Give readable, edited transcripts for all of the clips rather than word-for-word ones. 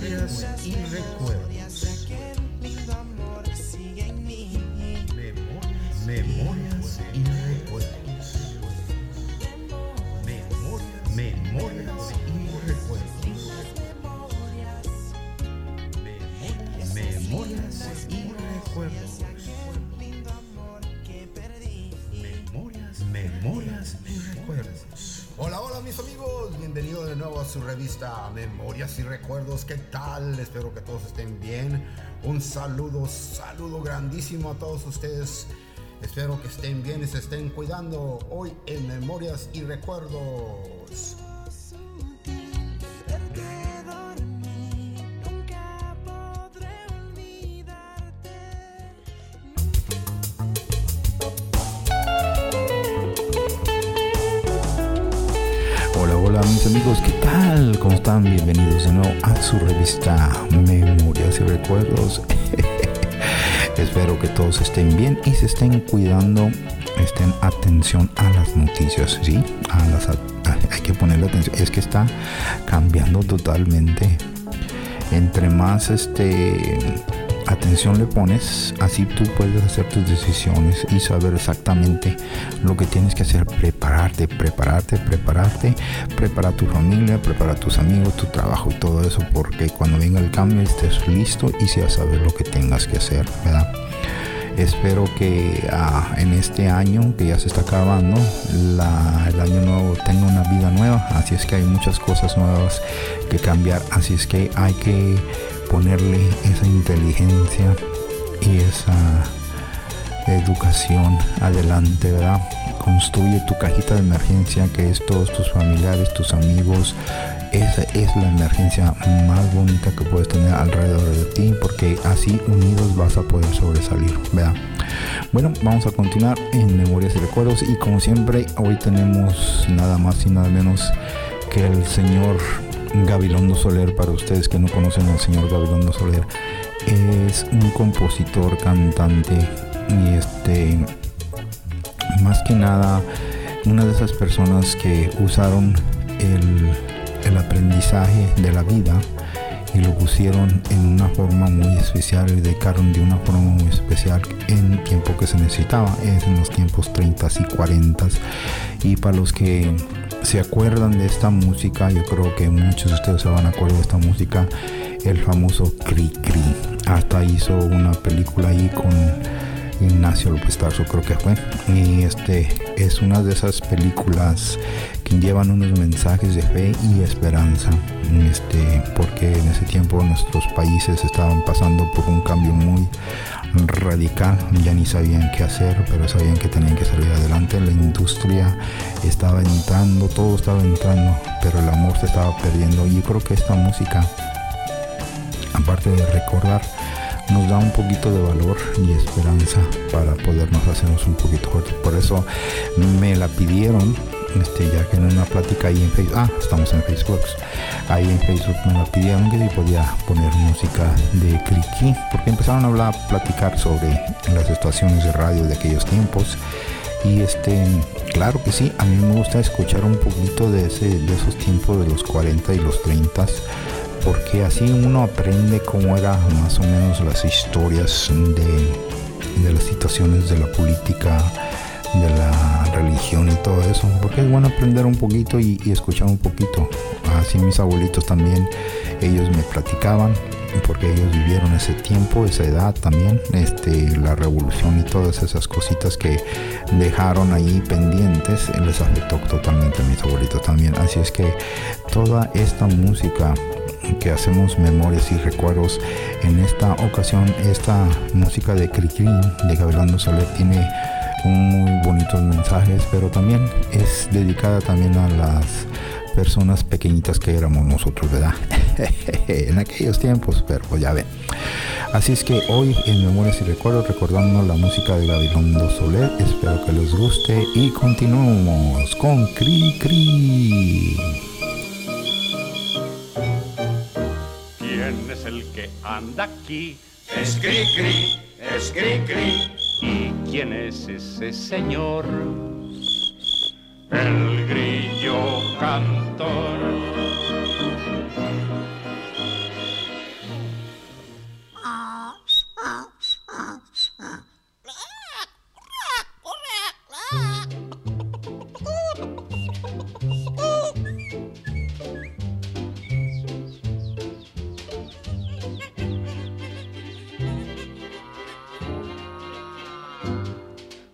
Memorias y recuerdos. Memorias y recuerdos. Memorias y recuerdos. Memorias y recuerdos. Memorias y recuerdos. Hola, hola mis amigos, bienvenidos de nuevo a su revista Memorias y Recuerdos. ¿Qué tal? Espero que todos estén bien. Un saludo grandísimo a todos ustedes. Espero que estén bien y se estén cuidando hoy en Memorias y Recuerdos. Hola mis amigos, ¿qué tal? ¿Cómo están? Bienvenidos de nuevo a su revista Memorias y Recuerdos. Espero que todos estén bien y se estén cuidando, estén atención a las noticias, ¿sí? Hay que ponerle atención, es que está cambiando totalmente. Entre más atención le pones, así tú puedes hacer tus decisiones y saber exactamente lo que tienes que hacer. Prepararte, prepara tu familia, prepara tus amigos, tu trabajo y todo eso, porque cuando venga el cambio estés listo y seas saber lo que tengas que hacer, ¿verdad? Espero que en este año que ya se está acabando, el año nuevo tenga una vida nueva, así es que hay muchas cosas nuevas que cambiar, así es que hay que ponerle esa inteligencia y esa educación adelante, ¿verdad? Construye tu cajita de emergencia, que es todos tus familiares, tus amigos. Esa es la emergencia más bonita que puedes tener alrededor de ti, porque así unidos vas a poder sobresalir, ¿verdad? Bueno, vamos a continuar en Memorias y Recuerdos, y como siempre hoy tenemos nada más y nada menos que el señor Gabilondo Soler. Para ustedes que no conocen al señor Gabilondo Soler, es un compositor, cantante y más que nada una de esas personas que usaron el aprendizaje de la vida y lo pusieron en una forma muy especial y dedicaron de una forma muy especial en el tiempo que se necesitaba, es en los tiempos 30 y 40. Y para los que se acuerdan de esta música, yo creo que muchos de ustedes se van a acordar de esta música, el famoso Cri Cri. Hasta hizo una película ahí con Ignacio López Tarso, creo que fue, y es una de esas películas que llevan unos mensajes de fe y esperanza, porque en ese tiempo nuestros países estaban pasando por un cambio muy radical, ya ni sabían qué hacer, pero sabían que tenían que salir adelante. La industria estaba entrando, todo estaba entrando, pero el amor se estaba perdiendo, y yo creo que esta música, aparte de recordar, nos da un poquito de valor y esperanza para podernos hacernos un poquito fuertes. Por eso me la pidieron, ya que en una plática ahí en Facebook, estamos en Facebook, ahí en Facebook me la pidieron que si podía poner música de Criki, porque empezaron a platicar sobre las estaciones de radio de aquellos tiempos. Y claro que sí, a mí me gusta escuchar un poquito de esos tiempos de los 40 y los 30, porque así uno aprende cómo era más o menos las historias de las situaciones de la política, de la religión y todo eso, porque es bueno aprender un poquito y escuchar un poquito. Así mis abuelitos también, ellos me platicaban, porque ellos vivieron ese tiempo, esa edad también, la revolución y todas esas cositas que dejaron ahí pendientes, les afectó totalmente a mis abuelitos también. Así es que toda esta música que hacemos Memorias y Recuerdos, en esta ocasión, esta música de Cricri de Gabilondo Soler tiene muy bonitos mensajes, pero también es dedicada también a las personas pequeñitas que éramos nosotros, ¿verdad? En aquellos tiempos, pero pues ya ven. Así es que hoy en Memorias y Recuerdos, recordando la música de Gabilondo Soler, espero que les guste y continuamos con Cri Cri. ¿Quién es el que anda aquí? Es Cri Cri, es Cri Cri. ¿Y quién es ese señor? El grillo cantor.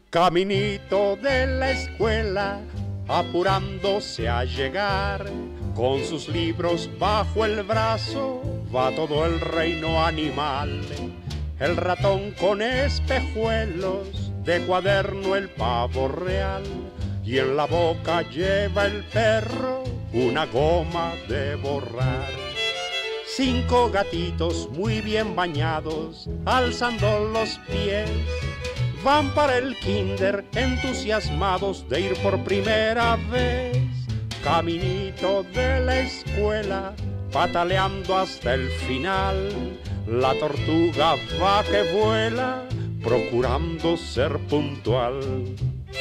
Caminito de la escuela, apurándose a llegar, con sus libros bajo el brazo, va todo el reino animal. El ratón con espejuelos, de cuaderno el pavo real, y en la boca lleva el perro una goma de borrar. 5 gatitos muy bien bañados, alzando los pies, van para el kinder entusiasmados de ir por primera vez. Caminito de la escuela, pataleando hasta el final, la tortuga va que vuela, procurando ser puntual.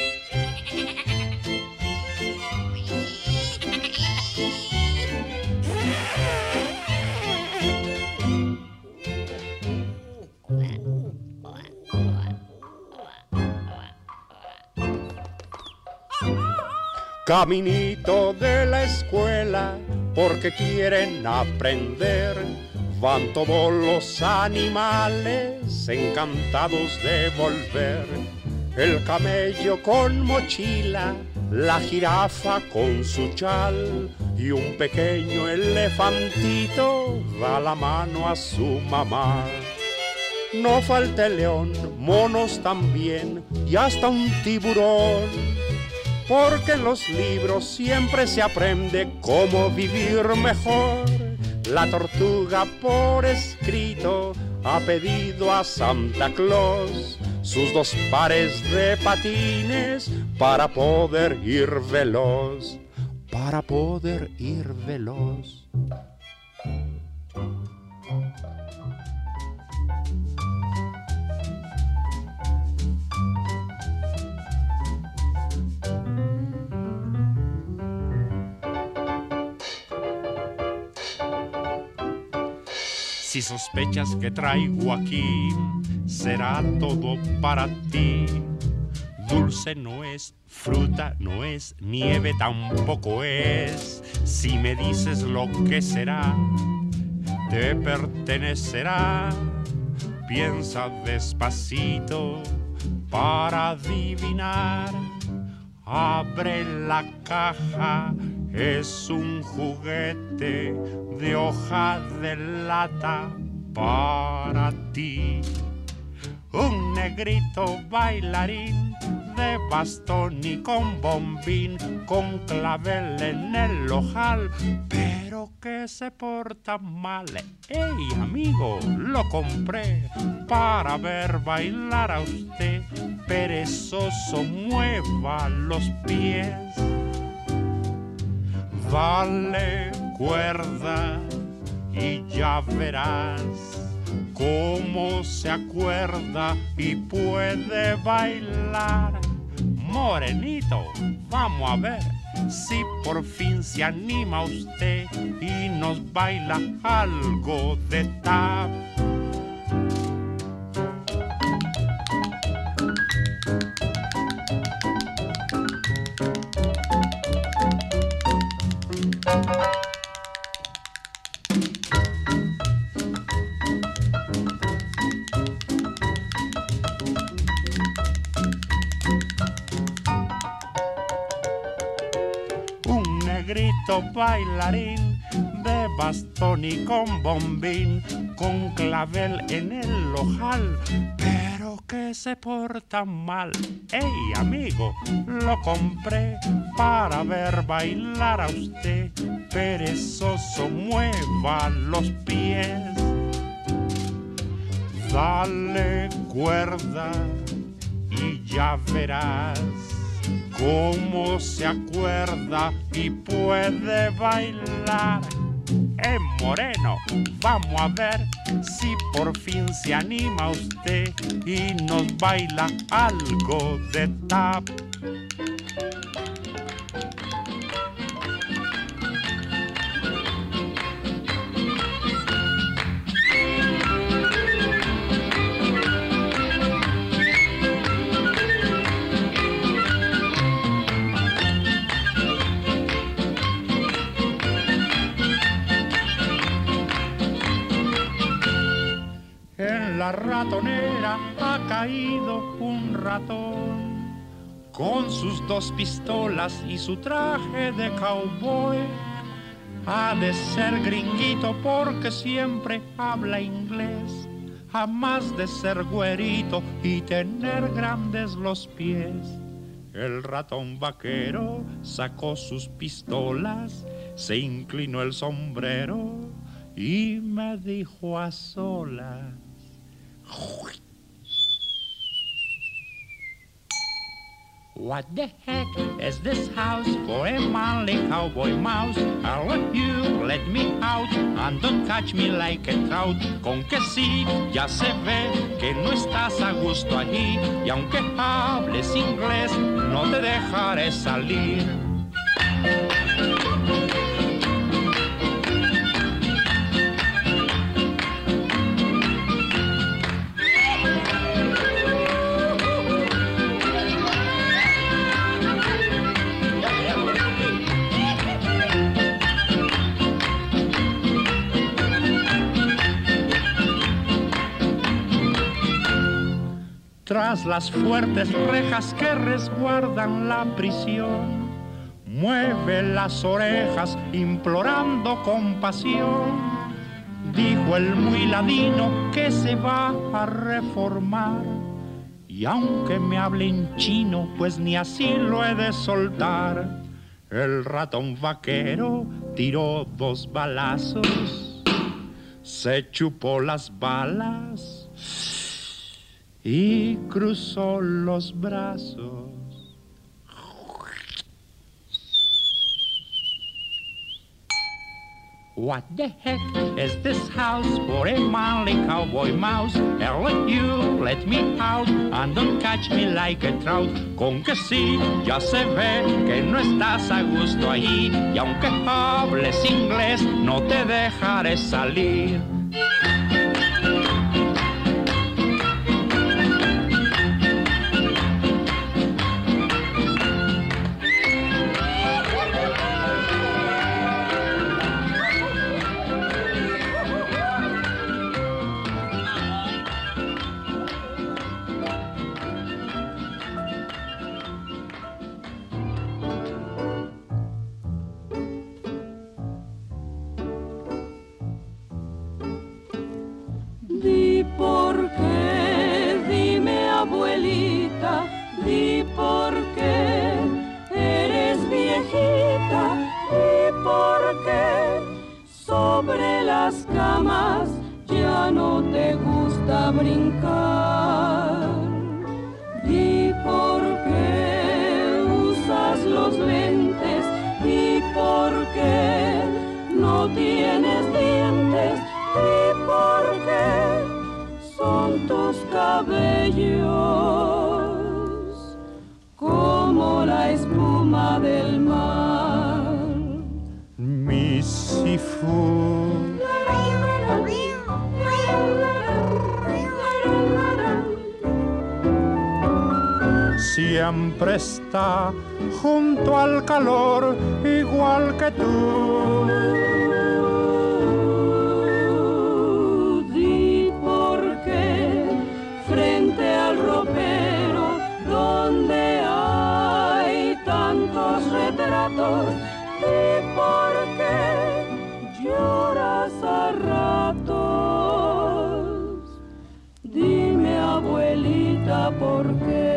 Caminito de la escuela, porque quieren aprender, van todos los animales encantados de volver. El camello con mochila, la jirafa con su chal, y un pequeño elefantito da la mano a su mamá. No falta el león, monos también, y hasta un tiburón, porque en los libros siempre se aprende cómo vivir mejor. La tortuga por escrito ha pedido a Santa Claus sus 2 pares de patines para poder ir veloz, para poder ir veloz. Si sospechas que traigo aquí, será todo para ti. Dulce no es, fruta no es, nieve tampoco es. Si me dices lo que será, te pertenecerá. Piensa despacito para adivinar. Abre la caja, es un juguete de hoja de lata para ti. Un negrito bailarín de bastón y con bombín, con clavel en el ojal, pero que se porta mal. ¡Ey, amigo! Lo compré para ver bailar a usted. Perezoso, mueva los pies. Dale cuerda y ya verás cómo se acuerda y puede bailar. Morenito, vamos a ver si por fin se anima usted y nos baila algo de tap. Grito bailarín de bastón y con bombín, con clavel en el ojal, pero que se porta mal. ¡Ey, amigo! Lo compré para ver bailar a usted. Perezoso, mueva los pies. Dale cuerda y ya verás cómo se acuerda y puede bailar. Moreno, vamos a ver si por fin se anima usted y nos baila algo de tap. La ratonera ha caído un ratón con sus 2 pistolas y su traje de cowboy. Ha de ser gringuito porque siempre habla inglés, jamás de ser güerito y tener grandes los pies. El ratón vaquero sacó sus pistolas, se inclinó el sombrero y me dijo a solas: What the heck is this house for a manly cowboy mouse? I'll let you let me out and don't catch me like a trout. Con que sí, ya se ve que no estás a gusto allí, y aunque hables inglés, no te dejaré salir. Tras las fuertes rejas que resguardan la prisión, mueve las orejas implorando compasión. Dijo el muy ladino que se va a reformar, y aunque me hable en chino, pues ni así lo he de soltar. El ratón vaquero tiró 2 balazos, se chupó las balas y cruzó los brazos. What the heck is this house for a manly cowboy mouse? I'll let you let me out and don't catch me like a trout. Con que sí, ya se ve que no estás a gusto allí, y aunque hables inglés, no te dejaré salir. Di por qué, dime abuelita, di por qué eres viejita, di por qué sobre las camas ya no te gusta brincar. Di por qué usas los lentes, di por qué no tienes dientes, di por qué son tus cabellos como la espuma del mar. Mi Sifu siempre está junto al calor, igual que tú. Di por qué frente al ropero donde hay tantos retratos, di por qué lloras a ratos. Dime abuelita por qué.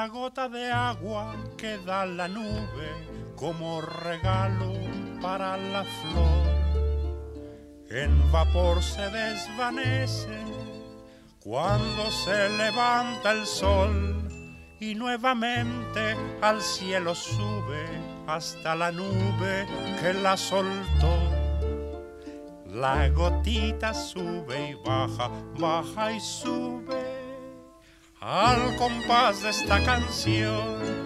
la gota de agua que da la nube como regalo para la flor. En vapor se desvanece cuando se levanta el sol y nuevamente al cielo sube hasta la nube que la soltó. La gotita sube y baja, baja y sube al compás de esta canción.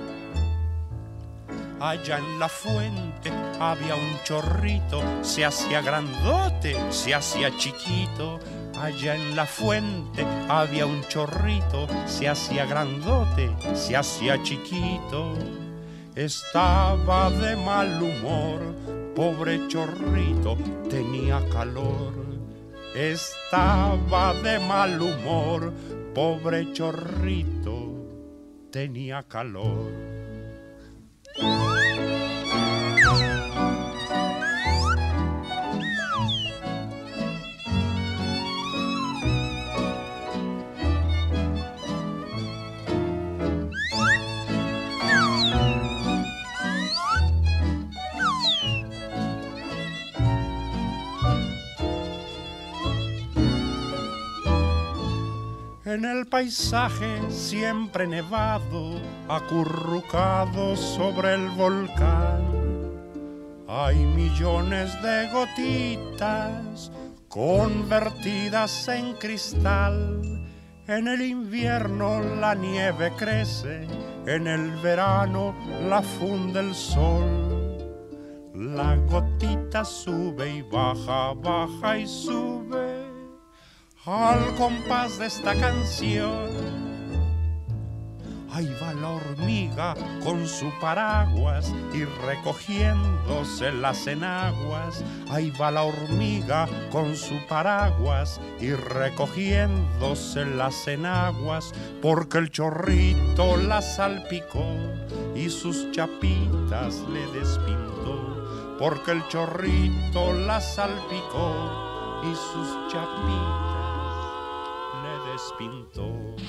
Allá en la fuente había un chorrito, se hacía grandote, se hacía chiquito. Allá en la fuente había un chorrito, se hacía grandote, se hacía chiquito. Estaba de mal humor, pobre chorrito, tenía calor. Estaba de mal humor, pobre chorrito, tenía calor. En el paisaje siempre nevado, acurrucado sobre el volcán, hay millones de gotitas convertidas en cristal. En el invierno la nieve crece, en el verano la funde el sol. La gotita sube y baja, baja y sube al compás de esta canción. Ahí va la hormiga con su paraguas y recogiéndose las enaguas. Ahí va la hormiga con su paraguas y recogiéndose las enaguas, porque el chorrito la salpicó y sus chapitas le despintó. Porque el chorrito la salpicó y sus chapitas despintó.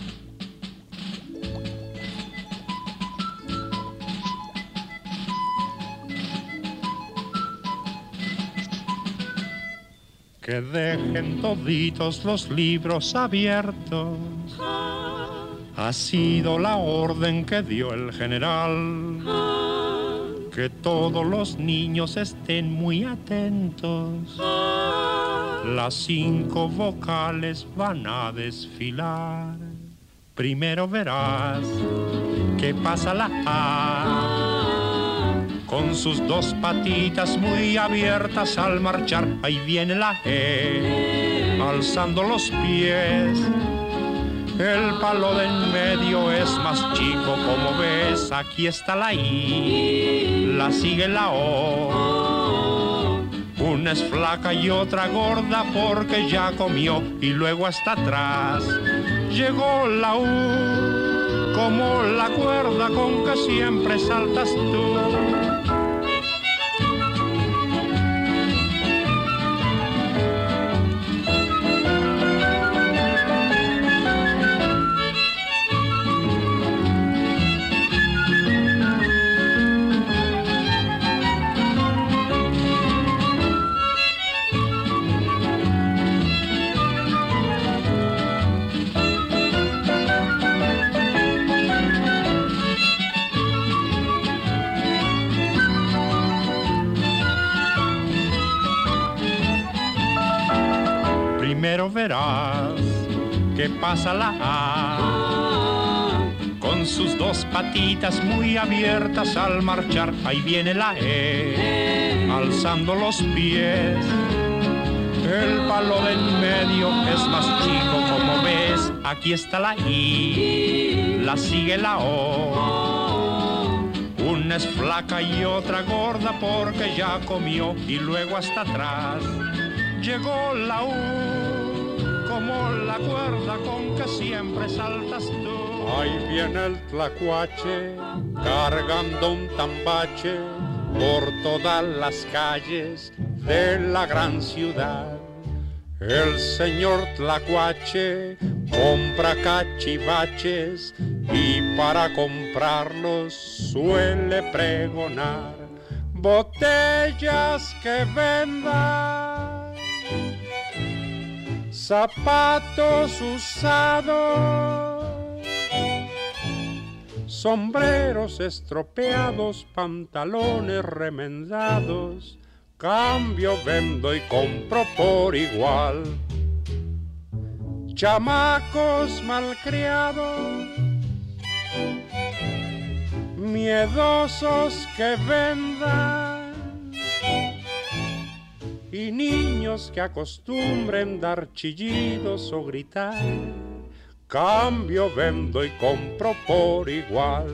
Que dejen toditos los libros abiertos, ha sido la orden que dio el general. Que todos los niños estén muy atentos, las 5 vocales van a desfilar. Primero verás que pasa la A, con sus 2 patitas muy abiertas al marchar. Ahí viene la E, alzando los pies. El palo de en medio es más chico, como ves. Aquí está la I, la sigue la O. Una es flaca y otra gorda porque ya comió. Y luego hasta atrás llegó la U, como la cuerda con que siempre saltas tú. Primero verás que pasa la A, con sus 2 patitas muy abiertas al marchar. Ahí viene la E, alzando los pies. El palo de en medio es más chico, como ves. Aquí está la I, la sigue la O. Una es flaca y otra gorda porque ya comió. Y luego hasta atrás llegó la U, como la cuerda con que siempre saltas tú. Ahí viene el tlacuache cargando un tambache por todas las calles de la gran ciudad. El señor Tlacuache compra cachivaches y para comprarlos suele pregonar botellas que vendan, zapatos usados, sombreros estropeados, pantalones remendados. Cambio, vendo y compro por igual. Chamacos malcriados, miedosos que vendan, y niños que acostumbren dar chillidos o gritar. Cambio, vendo y compro por igual.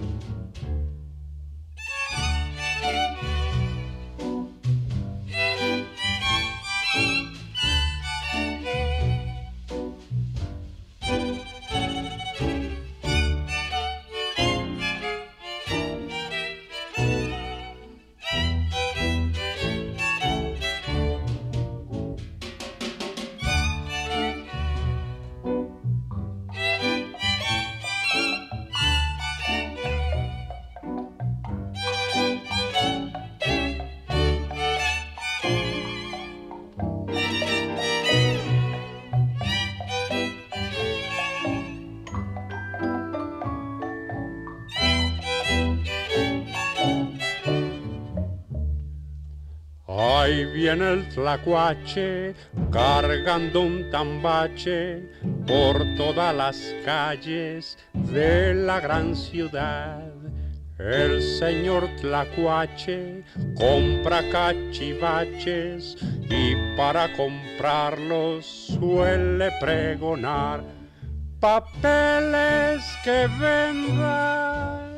Ahí viene el Tlacuache cargando un tambache por todas las calles de la gran ciudad. El señor Tlacuache compra cachivaches y para comprarlos suele pregonar papeles que vendan,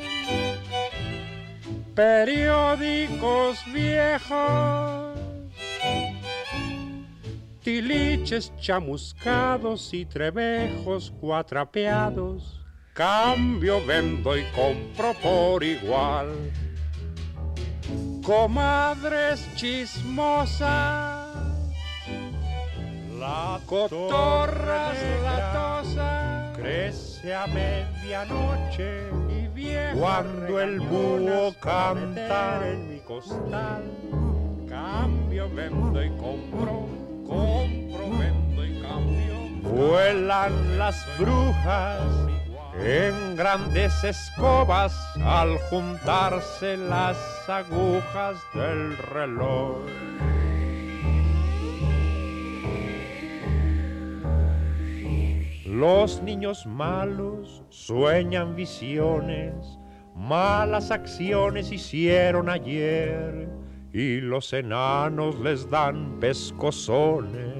periódicos viejos, tiliches chamuscados y trebejos cuatrapeados. Cambio, vendo y compro por igual. Comadres chismosas, la cotorras latosas, crece a medianoche y vieja cuando el búho canta en mi costal. Cambio, vendo y compro, vendo y cambio. Vuelan las brujas en grandes escobas al juntarse las agujas del reloj. Los niños malos sueñan visiones, malas acciones hicieron ayer y los enanos les dan pescozones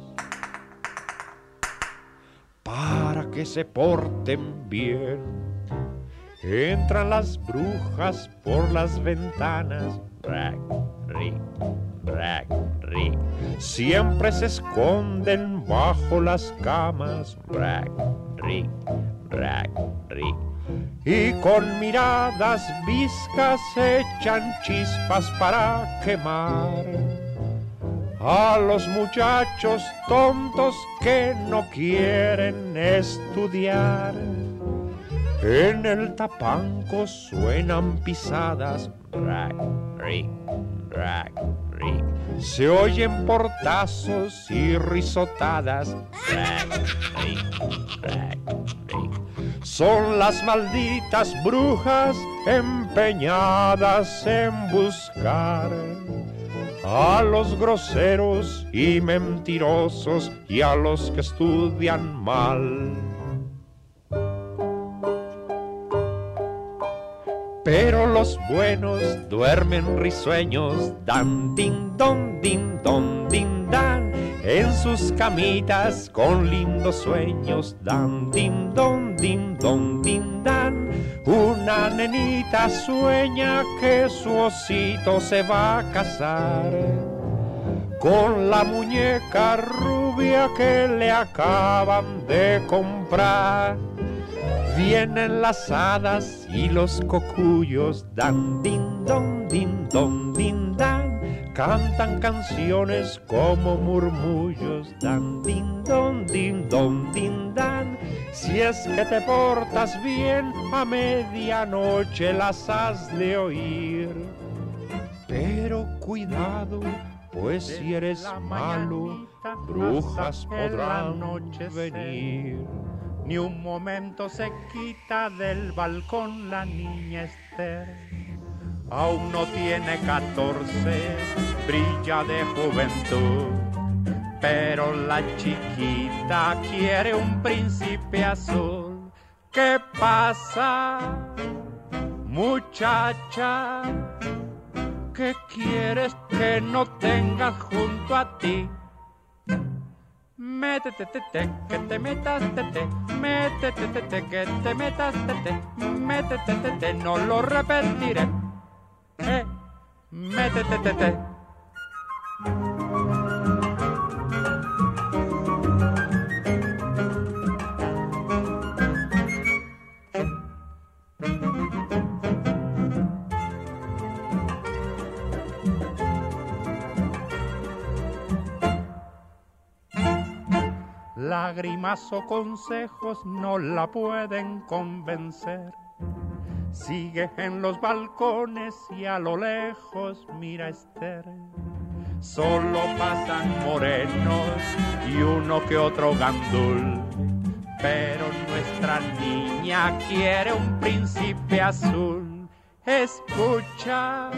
para que se porten bien. Entran las brujas por las ventanas, rack, rick, rack, rick. Siempre se esconden bajo las camas, rack, rick, rack, rick. Y con miradas viscas echan chispas para quemar a los muchachos tontos que no quieren estudiar. En el tapanco suenan pisadas, rack, rick, rack, rick. Se oyen portazos y risotadas, rack, rick, rack, rick. Son las malditas brujas empeñadas en buscar a los groseros y mentirosos y a los que estudian mal. Pero los buenos duermen risueños, dan din don, din dan, en sus camitas con lindos sueños, dan din don, din dan. Una nenita sueña que su osito se va a casar con la muñeca rubia que le acaban de comprar. Vienen las hadas y los cocuyos, dan din don, din dan. cantan canciones como murmullos, dan din don, din dan. Si es que te portas bien, a medianoche las has de oír. Pero cuidado, pues si eres malo, brujas podrán venir. Ni un momento se quita del balcón la niña Esther. Aún no tiene 14, brilla de juventud, pero la chiquita quiere un príncipe azul. ¿Qué pasa, muchacha? ¿Qué quieres que no tengas junto a ti? Métete, que te metas, métete, que te metas, métete, no lo repetiré. Métete. Lágrimas o consejos no la pueden convencer. Sigue en los balcones y a lo lejos mira Esther. Solo pasan morenos y uno que otro gandul, pero nuestra niña quiere un príncipe azul. Escucha,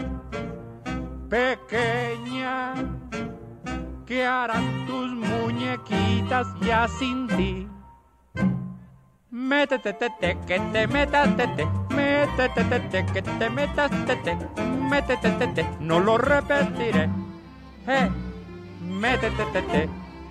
pequeña, ¿qué harán tus muñequitas ya sin ti? Métete, que te metas, métete, que te metas, métete, no lo repetiré. Métete.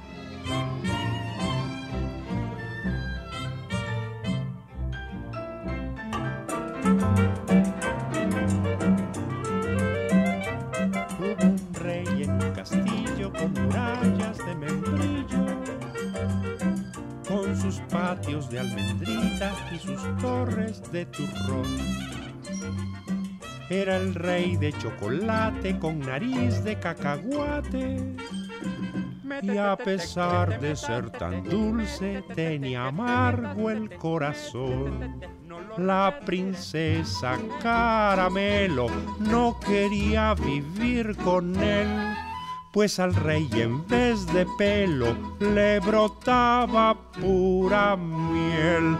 Hubo un rey en un castillo con murallas de membrillo, con sus patios de almendrita y sus torres de turrón. Era el rey de chocolate con nariz de cacahuate, y a pesar de ser tan dulce tenía amargo el corazón. La princesa Caramelo no quería vivir con él, pues al rey en vez de pelo le brotaba pura miel.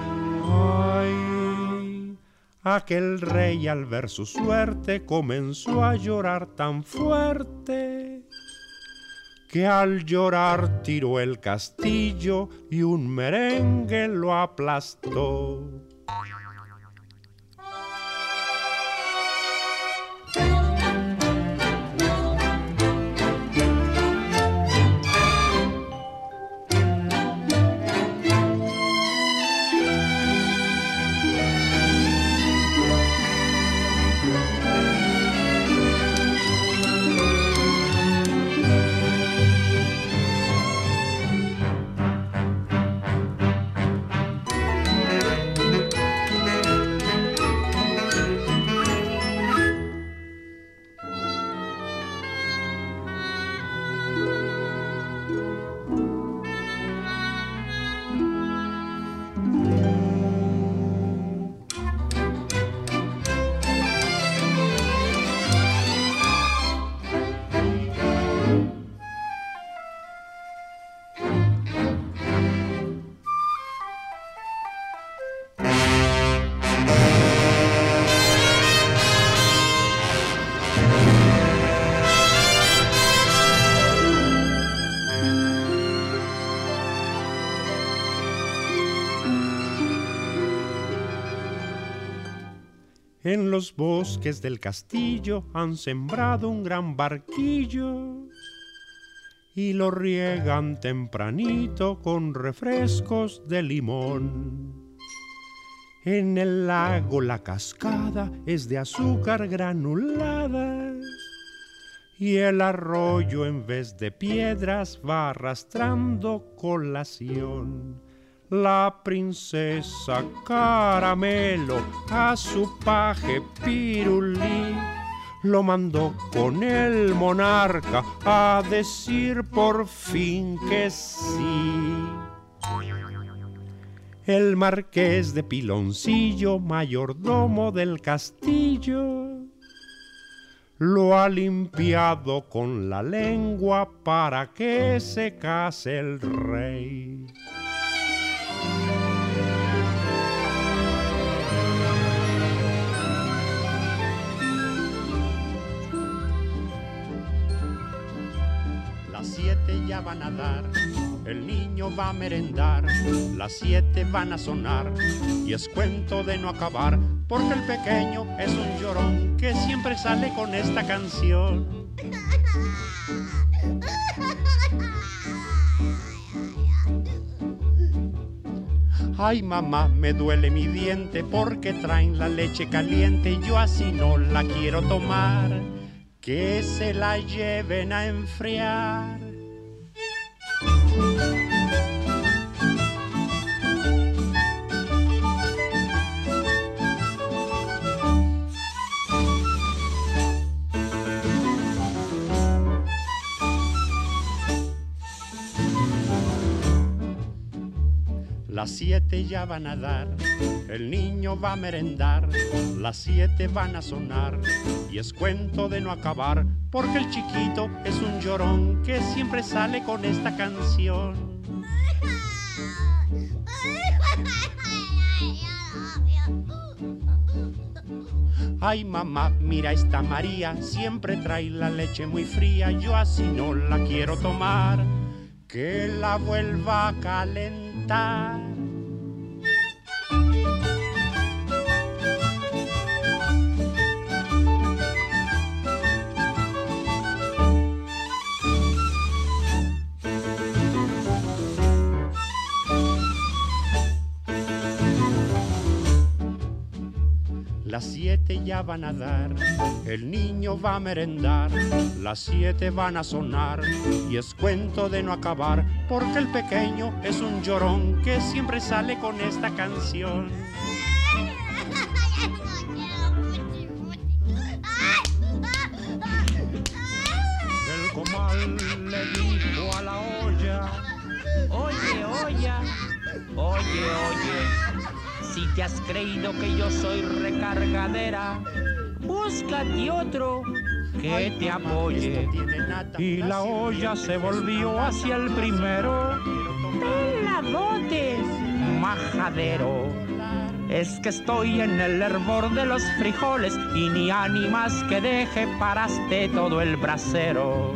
Ay, aquel rey al ver su suerte comenzó a llorar tan fuerte que al llorar tiró el castillo y un merengue lo aplastó. En los bosques del castillo han sembrado un gran barquillo y lo riegan tempranito con refrescos de limón. En el lago la cascada es de azúcar granulada y el arroyo en vez de piedras va arrastrando colación. La princesa Caramelo a su paje Pirulí lo mandó con el monarca a decir por fin que sí. El marqués de Piloncillo, mayordomo del castillo, lo ha limpiado con la lengua para que se case el rey. Las 7 ya van a dar, el niño va a merendar, las 7 van a sonar y es cuento de no acabar, porque el pequeño es un llorón que siempre sale con esta canción. Ay, mamá, me duele mi diente porque traen la leche caliente y yo así no la quiero tomar. Que se la lleven a enfriar. Las 7 ya van a dar, el niño va a merendar, las 7 van a sonar y es cuento de no acabar, porque el chiquito es un llorón que siempre sale con esta canción. Ay, mamá, mira esta María, siempre trae la leche muy fría, yo así no la quiero tomar, que la vuelva a calentar. Las 7 ya van a dar, el niño va a merendar, las 7 van a sonar y es cuento de no acabar, porque el pequeño es un llorón que siempre sale con esta canción. El comal le dijo a la olla: Oye, olla, oye, si te has creído que yo soy recargadera, búscate otro que te apoye. Y la olla se volvió hacia el primero. ¡Peladotes, majadero! Es que estoy en el hervor de los frijoles y ni ánimas que deje paraste todo el brasero.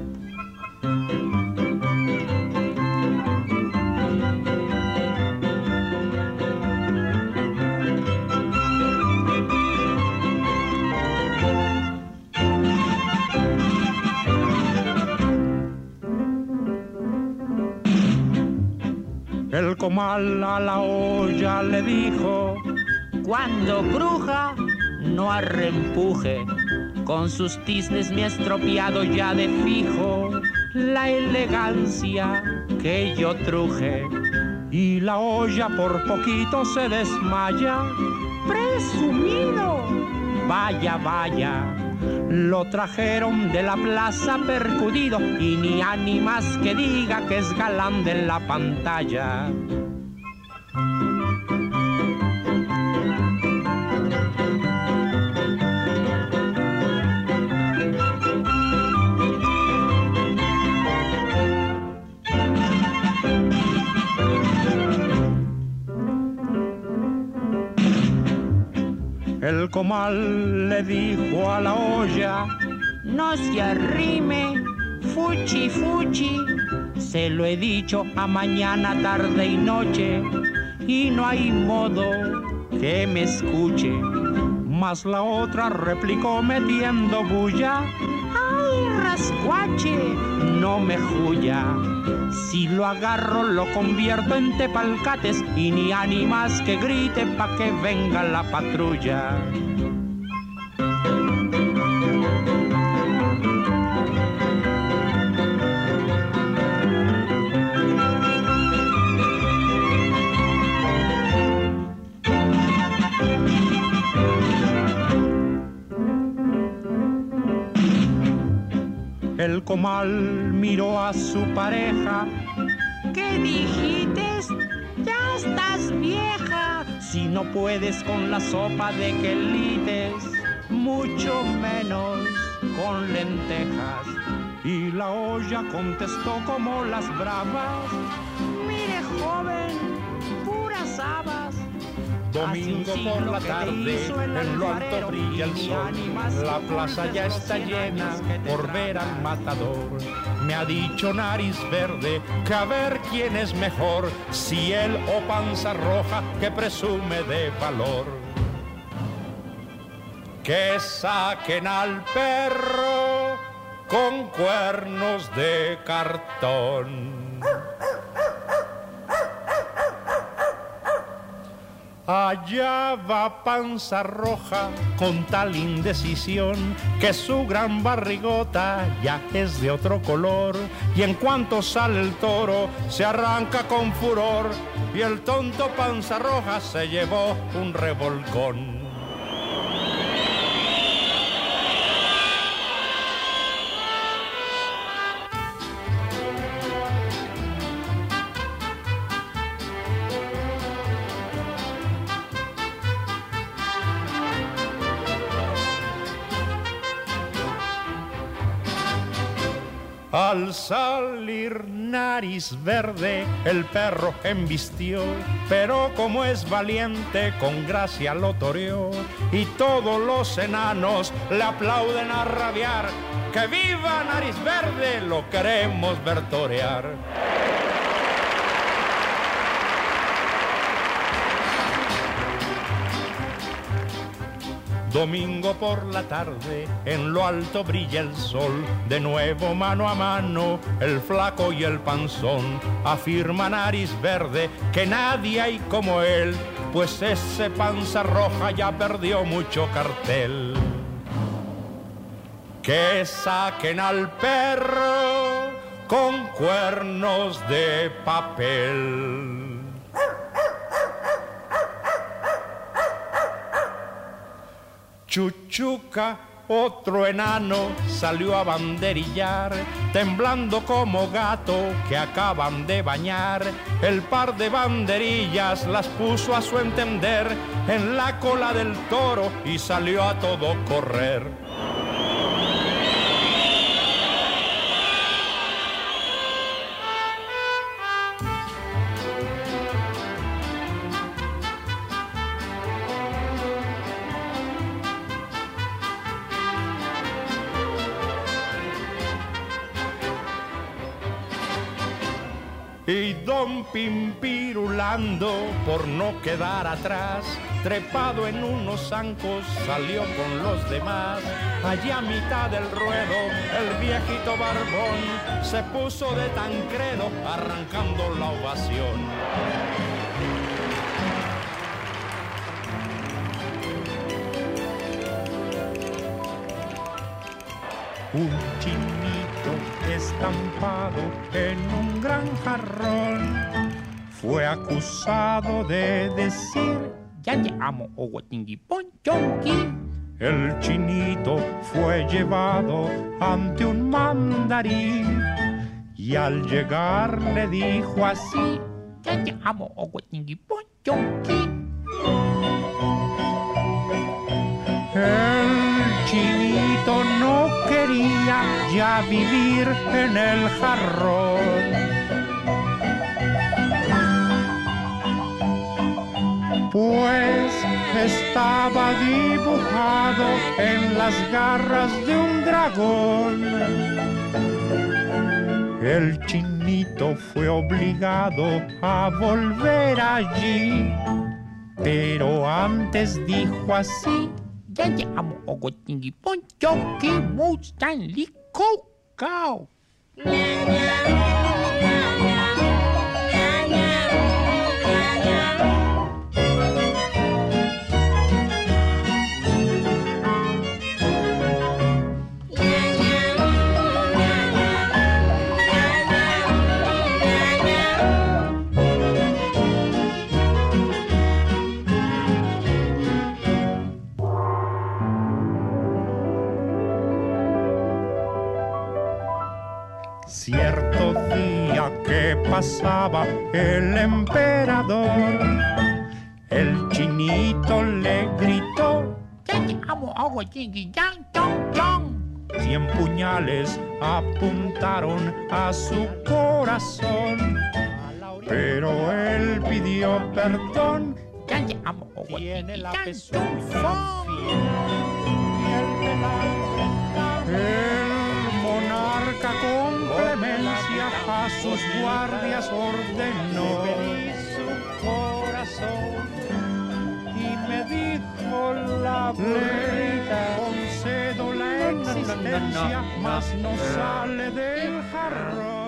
El comal a la olla le dijo: Cuando cruja, no arrempuje, con sus tiznes me ha estropeado ya de fijo la elegancia que yo truje. Y la olla por poquito se desmaya. ¡Presumido! Vaya, vaya, lo trajeron de la plaza percudido y ni ánimas que diga que es galán de la pantalla. El comal le dijo a la olla: No se arrime, fuchi, fuchi. Se lo he dicho a mañana, tarde y noche, y no hay modo que me escuche. Mas la otra replicó metiendo bulla: ¡Ay, rascuache! No me juya. Si lo agarro lo convierto en tepalcates y ni ánimas que grite pa' que venga la patrulla. poco mal miró a su pareja. ¿Qué dijiste? Ya estás vieja. Si no puedes con la sopa de quelites, mucho menos con lentejas. Y la olla contestó como las bravas: mire, joven, puras habas. Domingo por la tarde, en lo alto brilla el sol, la plaza ya está llena por ver al matador. Me ha dicho Nariz Verde que a ver quién es mejor, si él o Panza Roja, que presume de valor. Que saquen al perro con cuernos de cartón. Allá va Panza Roja con tal indecisión que su gran barrigota ya es de otro color, y en cuanto sale el toro se arranca con furor, y el tonto Panza Roja se llevó un revolcón. Al salir Nariz Verde, el perro embistió, pero como es valiente, con gracia lo toreó, y todos los enanos le aplauden a rabiar. ¡Que viva Nariz Verde! Lo queremos ver torear. Domingo por la tarde, en lo alto brilla el sol, de nuevo mano a mano, el flaco y el panzón. Afirma Nariz Verde que nadie hay como él, pues ese Panza Roja ya perdió mucho cartel. Que saquen al perro con cuernos de papel. Chuchuca, otro enano, salió a banderillar, temblando como gato que acaban de bañar. El par de banderillas las puso a su entender en la cola del toro y salió a todo correr. Y don Pimpirulando, por no quedar atrás, trepado en unos zancos, salió con los demás. Allí a mitad del ruedo, el viejito barbón se puso de Tancredo, arrancando la ovación. Un chinito estampado en un gran jarrón fue acusado de decir: ya llamo Oguatingui Ponchonqui. El chinito fue llevado ante un mandarín y al llegar le dijo así: ya llamo Oguatingui Ponchonqui. El chinito no quería ya vivir en el jarrón, pues estaba dibujado en las garras de un dragón. El chinito fue obligado a volver allí, pero antes dijo así: ya llamo Oguatingui Ponchonqui Mustanli Cocao. pasaba el emperador. El chinito le gritó: 100 puñales apuntaron a su corazón, pero él pidió perdón. Tiene la pezuña el monarca con clemencia a sus guardias ordenó. Su corazón y me dijo la burrita: concedo la existencia, mas no sale del jarrón.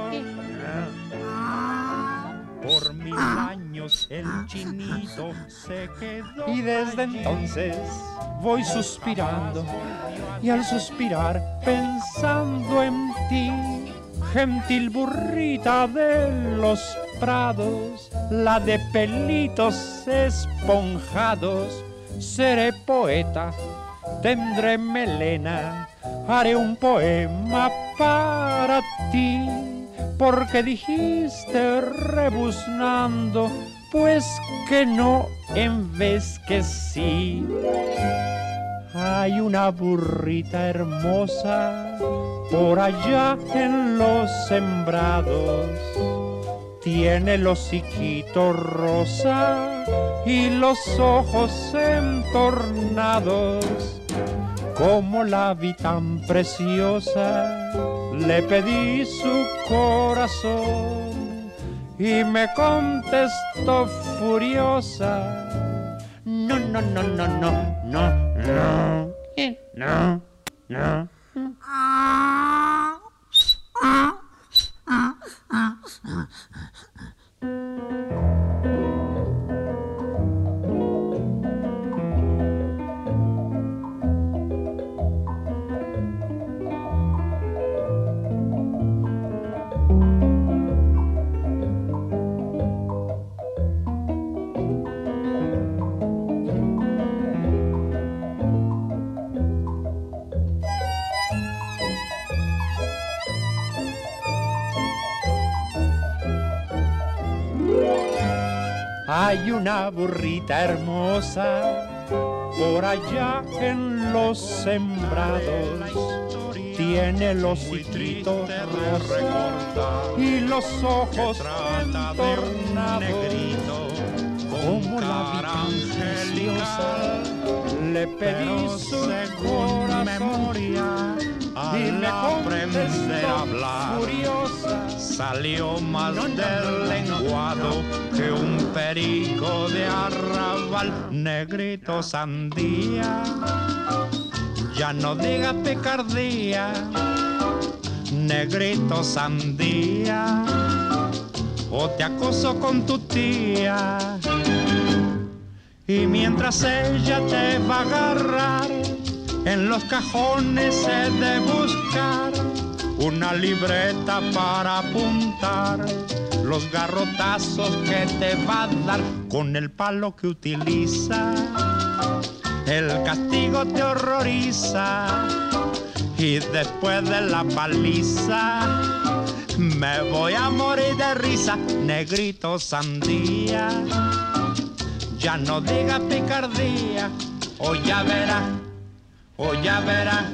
Por 1000 años el chinito se quedó. Y desde entonces voy suspirando, y al suspirar pensando en ti, gentil burrita de los prados, la de pelitos esponjados. Seré poeta, tendré melena, haré un poema para ti, porque dijiste rebuznando, pues que no en vez que sí. Hay una burrita hermosa por allá en los sembrados, tiene el hociquito rosa y los ojos entornados. Como la vi tan preciosa, le pedí su corazón y me contestó furiosa: no, no, no, no, no, no, no, no, no. Hay una burrita hermosa por allá en los sembrados, tiene los hociquito rosa y los ojos entornados. Como la angeliosa, le pedí su memoria y me aprender a hablar. Furiosa, salió más del lenguado que un perico de arrabal. Negrito sandía, ya no diga picardía. Negrito sandía, o te acoso con tu tía. Y mientras ella te va a agarrar, en los cajones he de buscar una libreta para apuntar los garrotazos que te va a dar con el palo que utiliza. El castigo te horroriza y después de la paliza me voy a morir de risa. Negrito sandía, ya no diga picardía, o ya verá, o ya verá.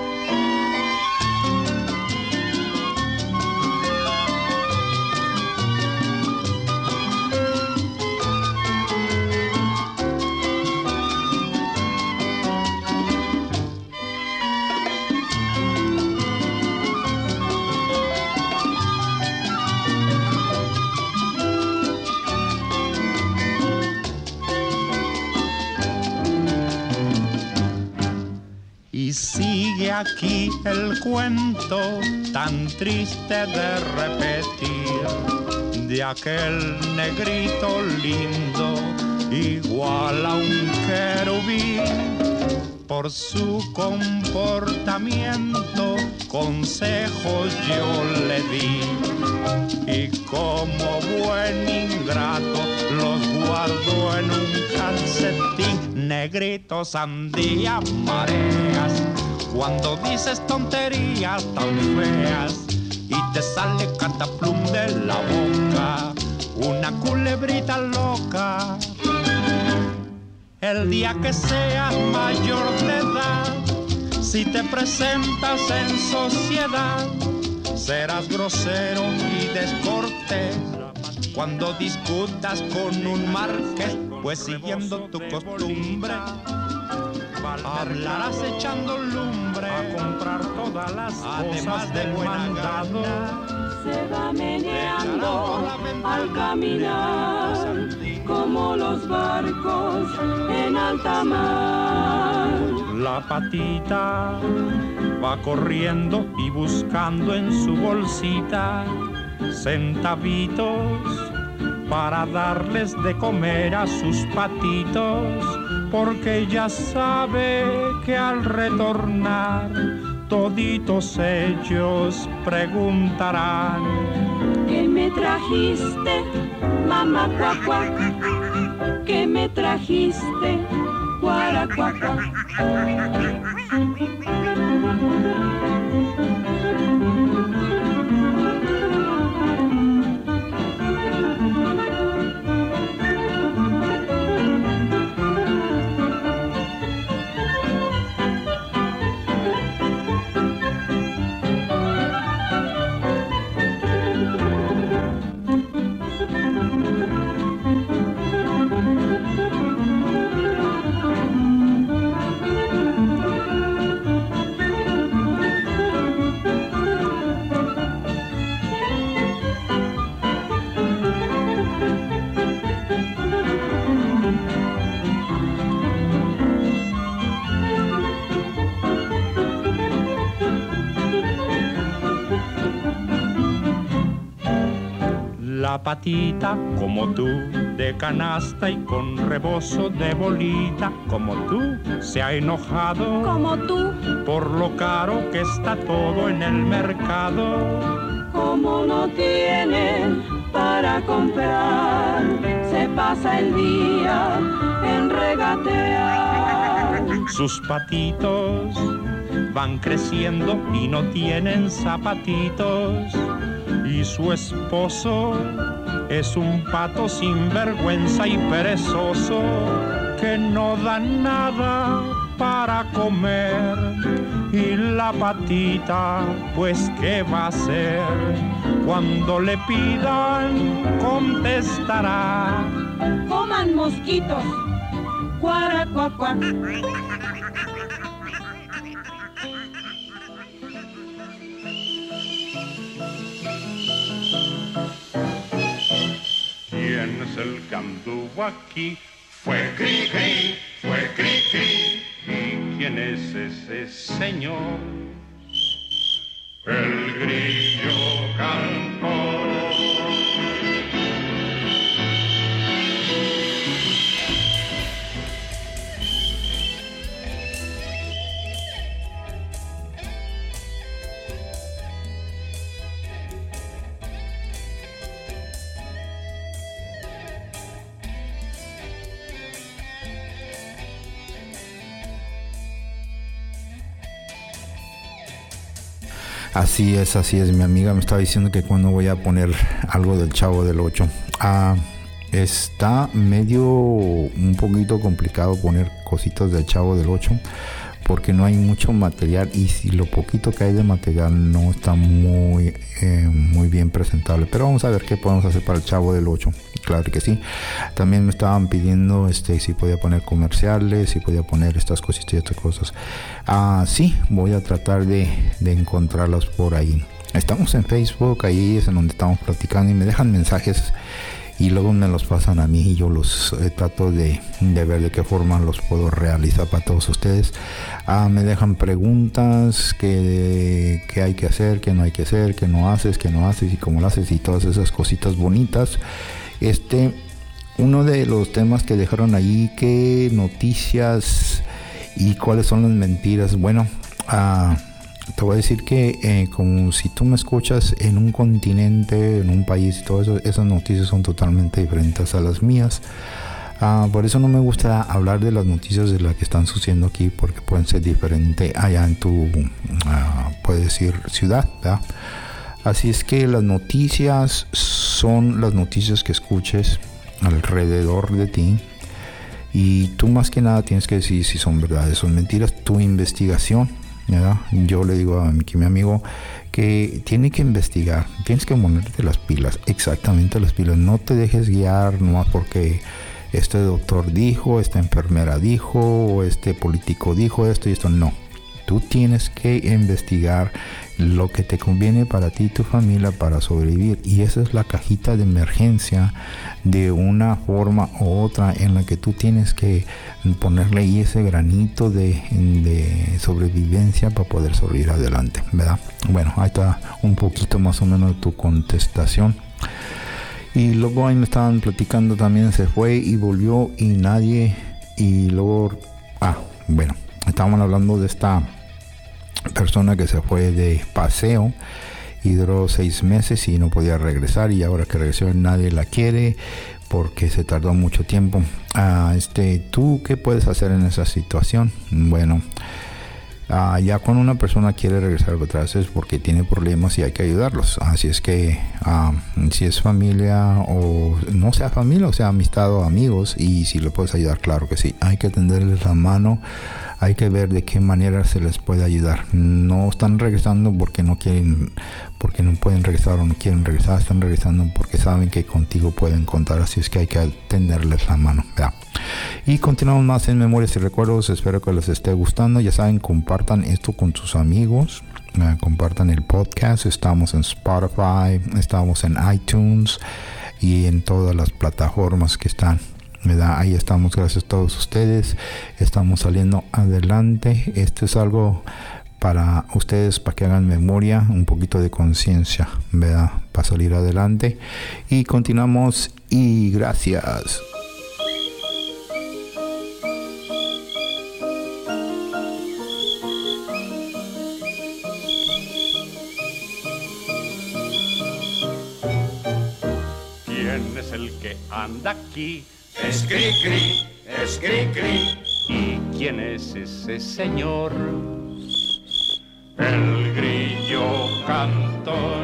Y sigue aquí el cuento tan triste de repetir, de aquel negrito lindo, igual a un querubín. Por su comportamiento consejos yo le di, y como buen ingrato los guardo en un calcetín. Negrito sandía, mareas cuando dices tonterías tan feas, y te sale cataplum de la boca una culebrita loca. El día que seas mayor de edad, si te presentas en sociedad, serás grosero y descortés cuando discutas con un marqués, pues siguiendo tu costumbre hablarás echando lumbre a comprar todas las cosas de mandado. Se va meneando al caminar como los barcos en alta mar. La patita va corriendo y buscando en su bolsita centavitos para darles de comer a sus patitos, porque ya sabe que al retornar toditos ellos preguntarán: ¿qué me trajiste, mamá cuacua? ¿Qué me trajiste, guaracuacua? La patita, como tú, de canasta y con rebozo de bolita, como tú, se ha enojado, como tú, por lo caro que está todo en el mercado. Como no tiene para comprar, se pasa el día en regatear. Sus patitos van creciendo y no tienen zapatitos, y su esposo es un pato sin vergüenza y perezoso que no da nada para comer. Y la patita, pues ¿qué va a hacer? Cuando le pidan contestará: coman mosquitos, cuaracuacuac. ¿Quién es el que anduvo aquí? Fue Cri-Cri, fue Cri-Cri. ¿Y quién es ese señor? El grillo cantor. Así es, mi amiga me estaba diciendo que cuando voy a poner algo del Chavo del 8. Está medio un poquito complicado poner cositas del Chavo del 8 porque no hay mucho material, y si lo poquito que hay de material no está muy bien presentable, pero vamos a ver qué podemos hacer para el Chavo del 8. Claro que sí. También me estaban pidiendo si podía poner comerciales, si podía poner estas cositas y otras cosas. Sí, voy a tratar de encontrarlas por ahí. Estamos en Facebook, ahí es en donde estamos platicando y me dejan mensajes y luego me los pasan a mí y yo los trato de ver de qué forma los puedo realizar para todos ustedes. Me dejan preguntas, qué hay que hacer, qué no hay que hacer, qué no haces y cómo lo haces y todas esas cositas bonitas. Uno de los temas que dejaron ahí, qué noticias y cuáles son las mentiras. Bueno, te voy a decir que como si tú me escuchas en un continente, en un país y todo eso, esas noticias son totalmente diferentes a las mías. Por eso no me gusta hablar de las noticias de las que están sucediendo aquí, porque pueden ser diferentes allá en tu, puedes decir, ciudad, ¿verdad? Así es que las noticias son las noticias que escuches alrededor de ti, y tú más que nada tienes que decir si son verdades o son mentiras. Tu investigación, ¿verdad? Yo le digo a mi amigo que tiene que investigar, tienes que ponerte las pilas, exactamente las pilas. No te dejes guiar nomás porque este doctor dijo, esta enfermera dijo, o este político dijo esto y esto. No, tú tienes que investigar lo que te conviene para ti y tu familia para sobrevivir, y esa es la cajita de emergencia de una forma u otra en la que tú tienes que ponerle ahí ese granito de sobrevivencia para poder sobrevivir adelante, ¿verdad? Bueno, ahí está un poquito más o menos de tu contestación. Y luego ahí me estaban platicando también, se fue y volvió y nadie, y luego bueno, estaban hablando de esta persona que se fue de paseo y duró 6 meses y no podía regresar, y ahora que regresó nadie la quiere porque se tardó mucho tiempo. ¿Tú qué puedes hacer en esa situación? Bueno, ya cuando una persona quiere regresar atrás es porque tiene problemas y hay que ayudarlos. Así es que si es familia o no sea familia, o sea amistad o amigos, y si le puedes ayudar, claro que sí, hay que tenderles la mano. Hay que ver de qué manera se les puede ayudar. No están regresando porque no quieren, porque no pueden regresar o no quieren regresar. Están regresando porque saben que contigo pueden contar. Así es que hay que tenderles la mano, ¿verdad? Y continuamos más en Memorias y Recuerdos. Espero que les esté gustando. Ya saben, compartan esto con sus amigos. Compartan el podcast. Estamos en Spotify, estamos en iTunes y en todas las plataformas que están, ¿verdad? Ahí estamos, gracias a todos ustedes. Estamos saliendo adelante. Esto es algo para ustedes, para que hagan memoria, un poquito de conciencia, ¿verdad? Para salir adelante. Y continuamos, y gracias. ¿Quién es el que anda aquí? Es Cri-Cri, es Cri-Cri. ¿Y quién es ese señor? El grillo cantor.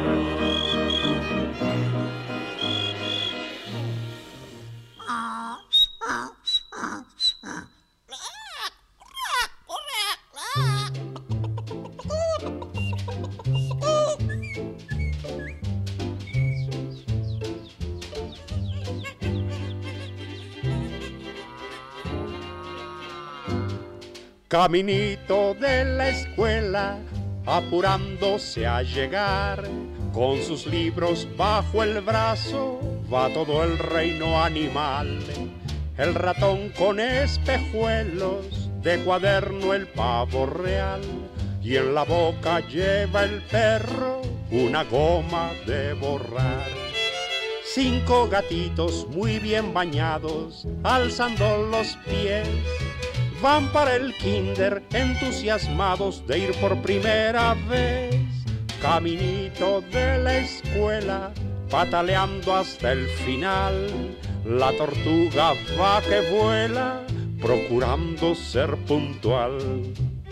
Caminito de la escuela, apurándose a llegar, con sus libros bajo el brazo, va todo el reino animal. El ratón con espejuelos, de cuaderno el pavo real, y en la boca lleva el perro una goma de borrar. 5 gatitos muy bien bañados, alzando los pies, van para el kinder entusiasmados de ir por primera vez. Caminito de la escuela, pataleando hasta el final, la tortuga va que vuela, procurando ser puntual.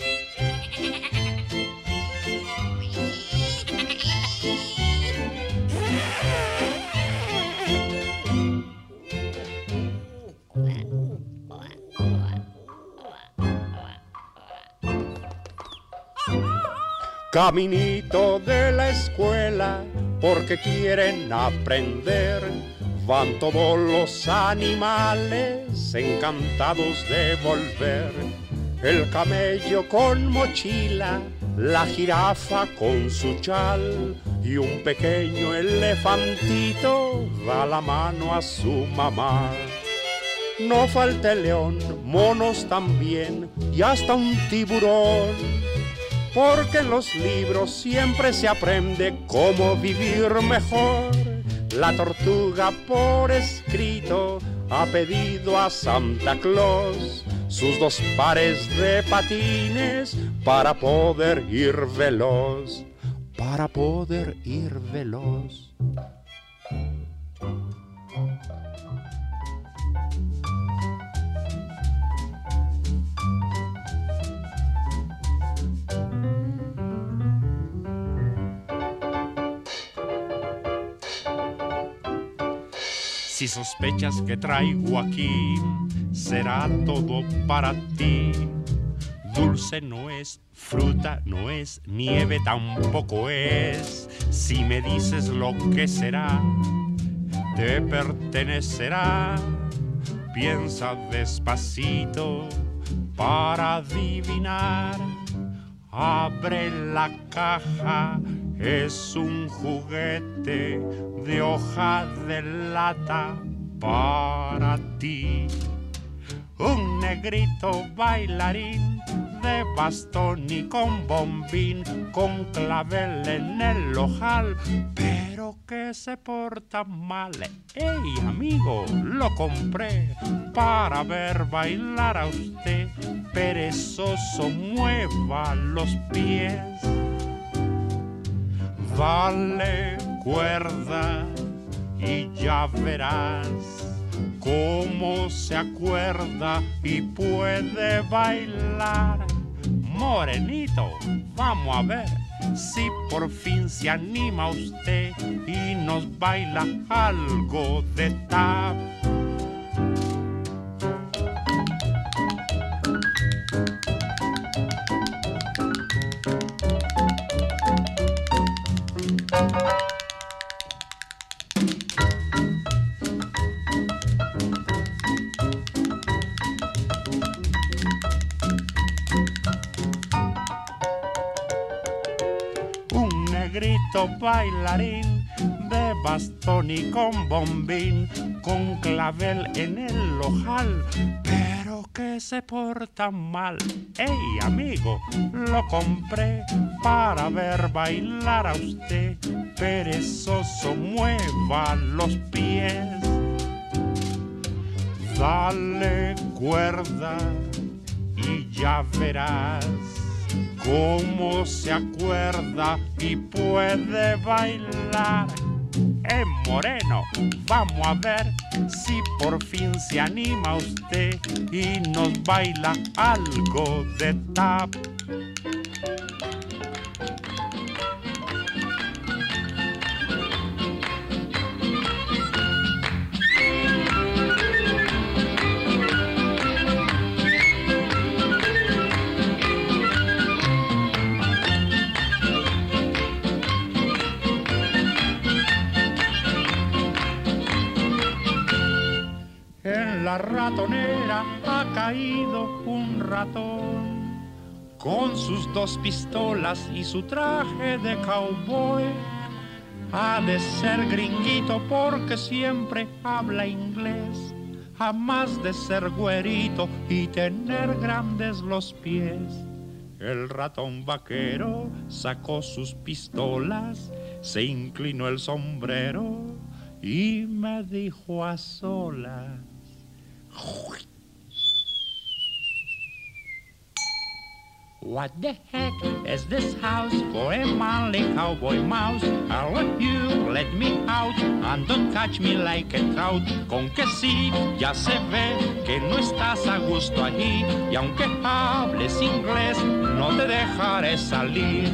Caminito de la escuela, porque quieren aprender, van todos los animales encantados de volver. El camello con mochila, la jirafa con su chal, y un pequeño elefantito da la mano a su mamá. No falta el león, monos también, y hasta un tiburón, porque en los libros siempre se aprende cómo vivir mejor. La tortuga por escrito ha pedido a Santa Claus sus 2 pares de patines para poder ir veloz, para poder ir veloz. Si sospechas que traigo aquí, será todo para ti. Dulce no es, fruta no es, nieve tampoco es. Si me dices lo que será, te pertenecerá. Piensa despacito para adivinar. Abre la caja, es un juguete de hoja de lata para ti. Un negrito bailarín de bastón y con bombín, con clavel en el ojal, pero que se porta mal. ¡Ey, amigo! Lo compré para ver bailar a usted. Perezoso, mueva los pies. Dale cuerda y ya verás cómo se acuerda y puede bailar. Morenito, vamos a ver si por fin se anima usted y nos baila algo de tap. Grito bailarín de bastón y con bombín, con clavel en el ojal, pero que se porta mal. ¡Ey, amigo! Lo compré para ver bailar a usted. Perezoso, mueva los pies. Dale cuerda y ya verás cómo se acuerda y puede bailar. Moreno, vamos a ver si por fin se anima usted y nos baila algo de tap. La ratonera ha caído un ratón con sus 2 pistolas y su traje de cowboy. Ha de ser gringuito porque siempre habla inglés, jamás de ser güerito y tener grandes los pies. El ratón vaquero sacó sus pistolas, se inclinó el sombrero y me dijo a solas: what the heck is this house for a manly cowboy mouse? I'll let you let me out and don't catch me like a trout. Con que sí, ya se ve que no estás a gusto allí, y aunque hables inglés, no te dejaré salir.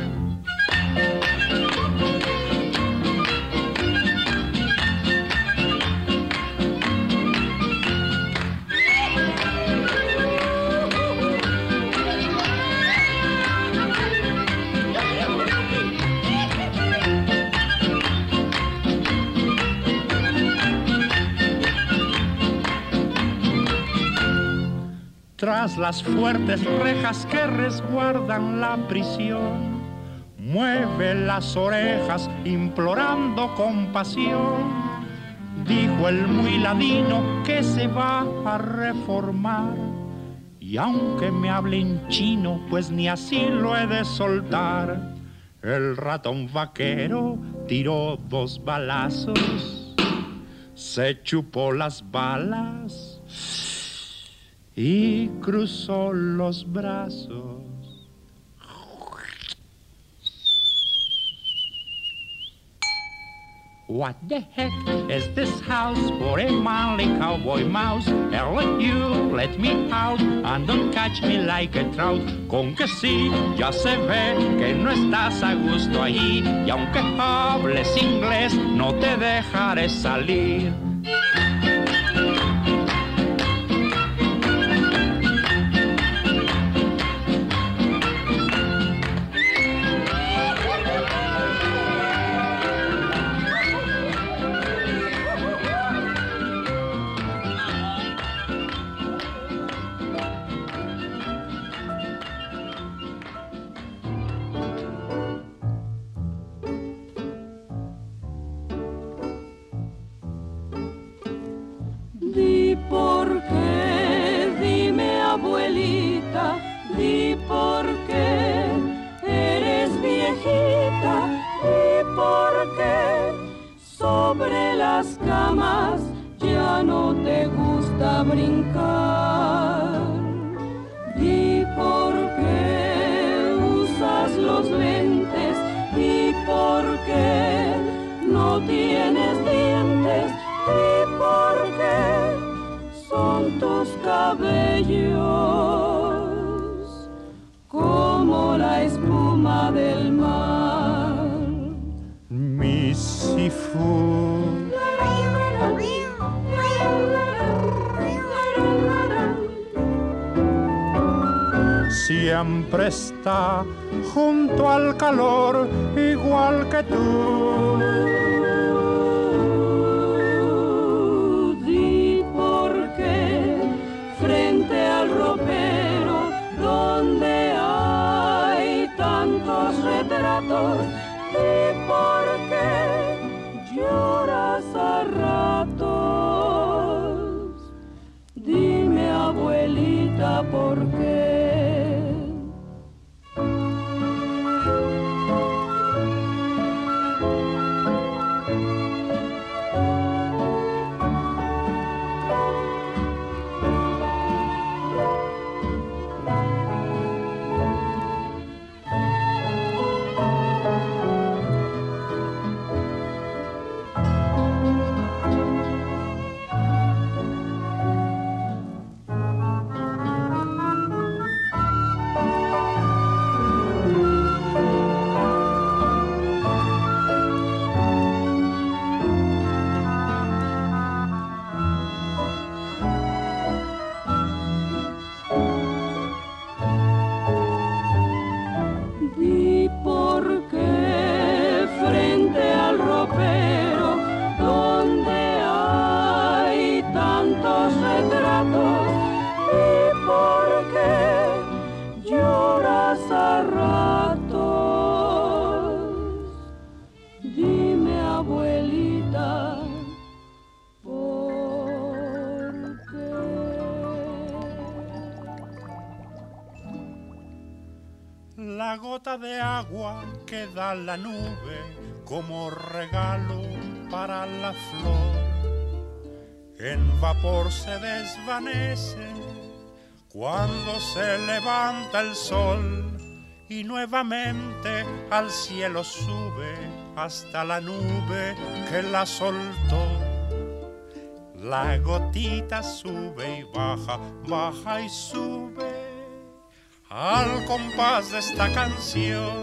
Tras las fuertes rejas que resguardan la prisión, mueve las orejas implorando compasión. Dijo el muy ladino que se va a reformar, y aunque me hable en chino, pues ni así lo he de soltar. El ratón vaquero tiró 2 balazos, se chupó las balas y cruzó los brazos. What the heck is this house for a manly cowboy mouse? I'll let you let me out and don't catch me like a trout. Con que sí, ya se ve que no estás a gusto allí, y aunque hables inglés, no te dejaré salir. porque eres viejita y porque sobre las camas ya no te gusta brincar. Y porque usas los lentes y porque no tienes dientes y porque son tus cabellos como la espuma del mar. Misifu siempre está junto al calor igual que tú. Di por qué frente al ropero donde hay tantos retratos, di por qué lloras a ratos. Dime, abuelita, por qué. La gota de agua que da la nube como regalo para la flor, en vapor se desvanece cuando se levanta el sol y nuevamente al cielo sube hasta la nube que la soltó. La gotita sube y baja, baja y sube al compás de esta canción.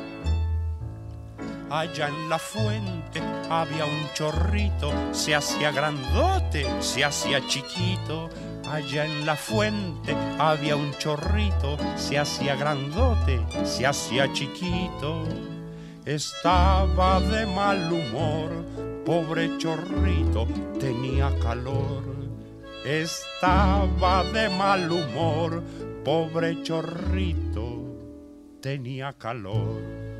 Allá en la fuente había un chorrito, se hacía grandote, se hacía chiquito. Allá en la fuente había un chorrito, se hacía grandote, se hacía chiquito. Estaba de mal humor, pobre chorrito, tenía calor. Estaba de mal humor, pobre chorrito, tenía calor.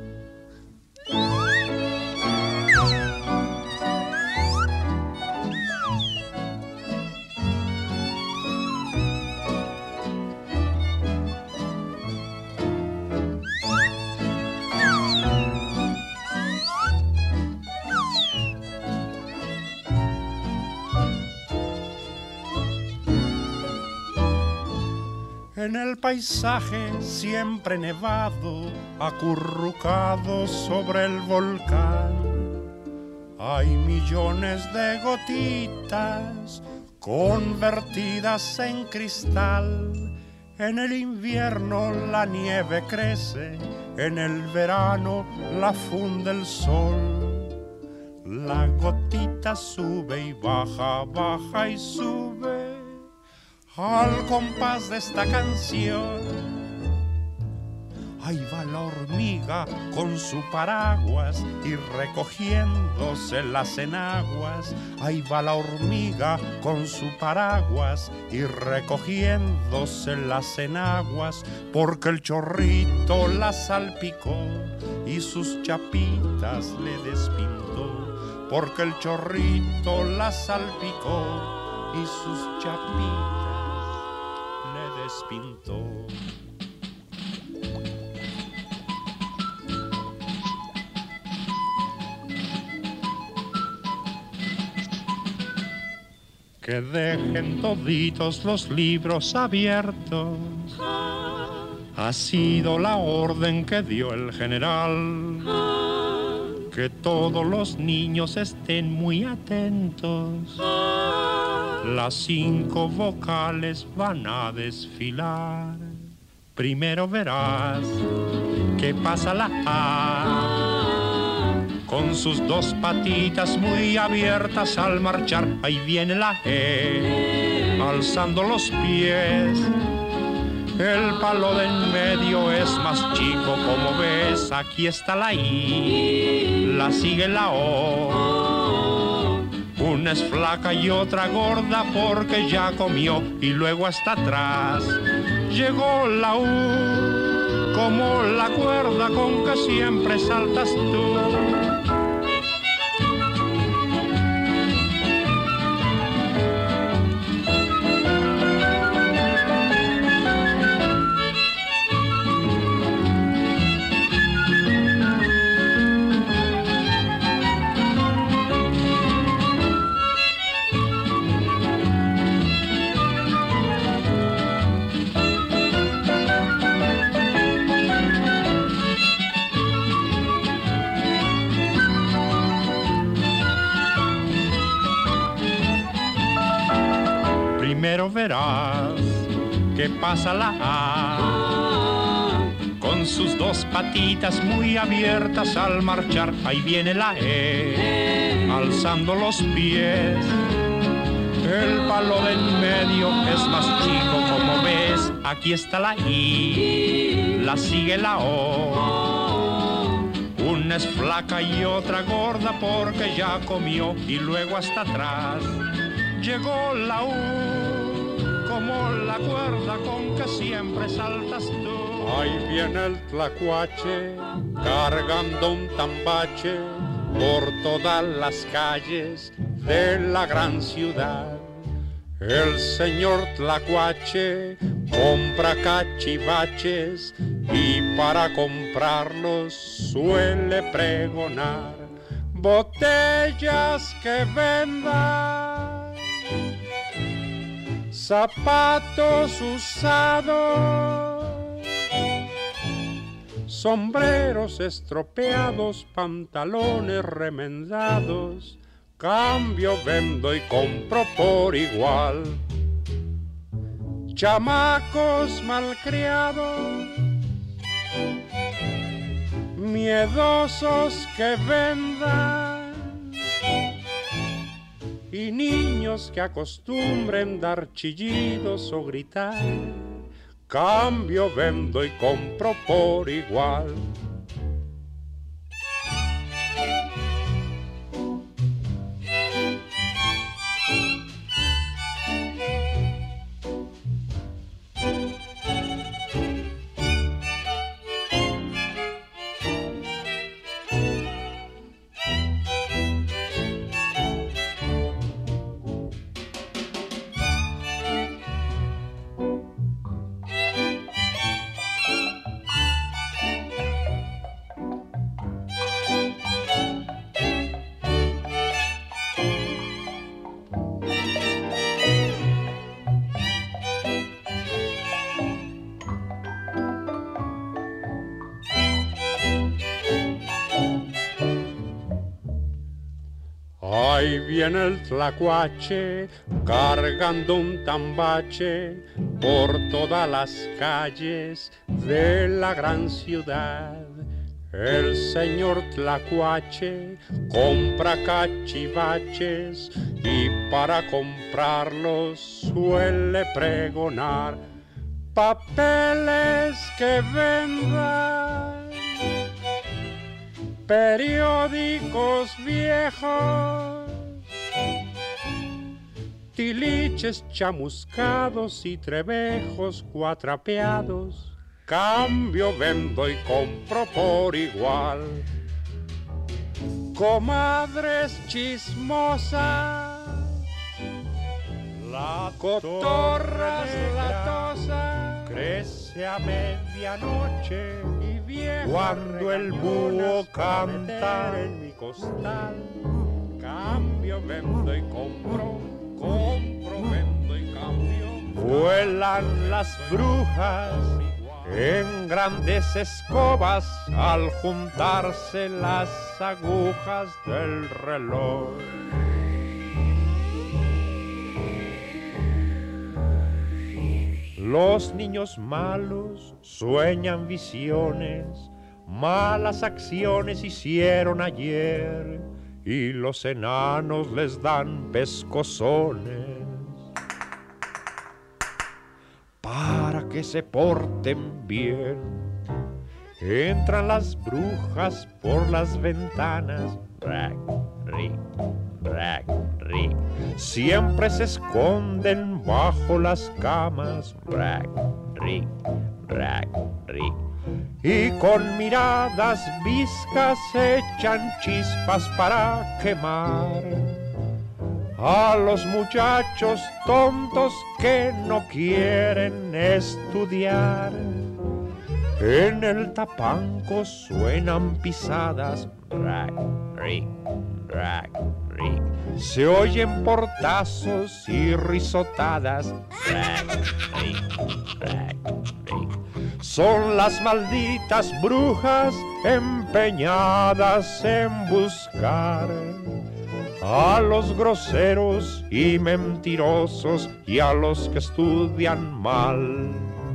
En el paisaje siempre nevado, acurrucado sobre el volcán, hay millones de gotitas convertidas en cristal. En el invierno la nieve crece, en el verano la funde el sol. La gotita sube y baja, baja y sube al compás de esta canción. Ahí va la hormiga con su paraguas y recogiéndose las enaguas. Ahí va la hormiga con su paraguas y recogiéndose las enaguas, porque el chorrito la salpicó y sus chapitas le despintó. Porque el chorrito la salpicó y sus chapitas despintó. Que dejen toditos los libros abiertos. Ha sido la orden que dio el general. Que todos los niños estén muy atentos. Las 5 vocales van a desfilar. Primero verás que pasa la A, con sus 2 patitas muy abiertas al marchar. Ahí viene la E, alzando los pies. El palo de en medio es más chico, como ves. Aquí está la I, la sigue la O. Una es flaca y otra gorda porque ya comió. Y luego hasta atrás llegó la U, como la cuerda con que siempre saltas tú. Primero verás que pasa la A, con sus 2 patitas muy abiertas al marchar. Ahí viene la E, alzando los pies. El palo de en medio es más chico, como ves. Aquí está la I, la sigue la O. Una es flaca y otra gorda porque ya comió. Y luego hasta atrás llegó la U, como la cuerda con que siempre saltas tú. Ahí viene el tlacuache, cargando un tambache por todas las calles de la gran ciudad. El señor tlacuache compra cachivaches y para comprarlos suele pregonar botellas que vendan, zapatos usados, sombreros estropeados, pantalones remendados. Cambio, vendo y compro por igual. Chamacos malcriados, miedosos que vendan, y niños que acostumbren dar chillidos o gritar. Cambio, vendo y compro por igual. Ahí viene el tlacuache cargando un tambache por todas las calles de la gran ciudad. El señor tlacuache compra cachivaches y para comprarlos suele pregonar papeles que vendan, periódicos viejos, tiliches chamuscados y trebejos cuatrapeados. Cambio, vendo y compro por igual. Comadres chismosas, la cotorras latosas, crece a medianoche y vieja cuando el búho canta en mi costal. Cambio, vendo y compro vuelan las brujas en grandes escobas al juntarse las agujas del reloj. Los niños malos sueñan visiones, malas acciones hicieron ayer y los enanos les dan pescozones para que se porten bien. Entran las brujas por las ventanas, rack, rick, rack, rick. Siempre se esconden bajo las camas, rack, rick, rack, rick. Y con miradas viscas echan chispas para quemar a los muchachos tontos que no quieren estudiar. En el tapanco suenan pisadas, rack, rick, rack, rick. Se oyen portazos y risotadas, rack, rick, rack, rick. Son las malditas brujas empeñadas en buscar a los groseros y mentirosos y a los que estudian mal.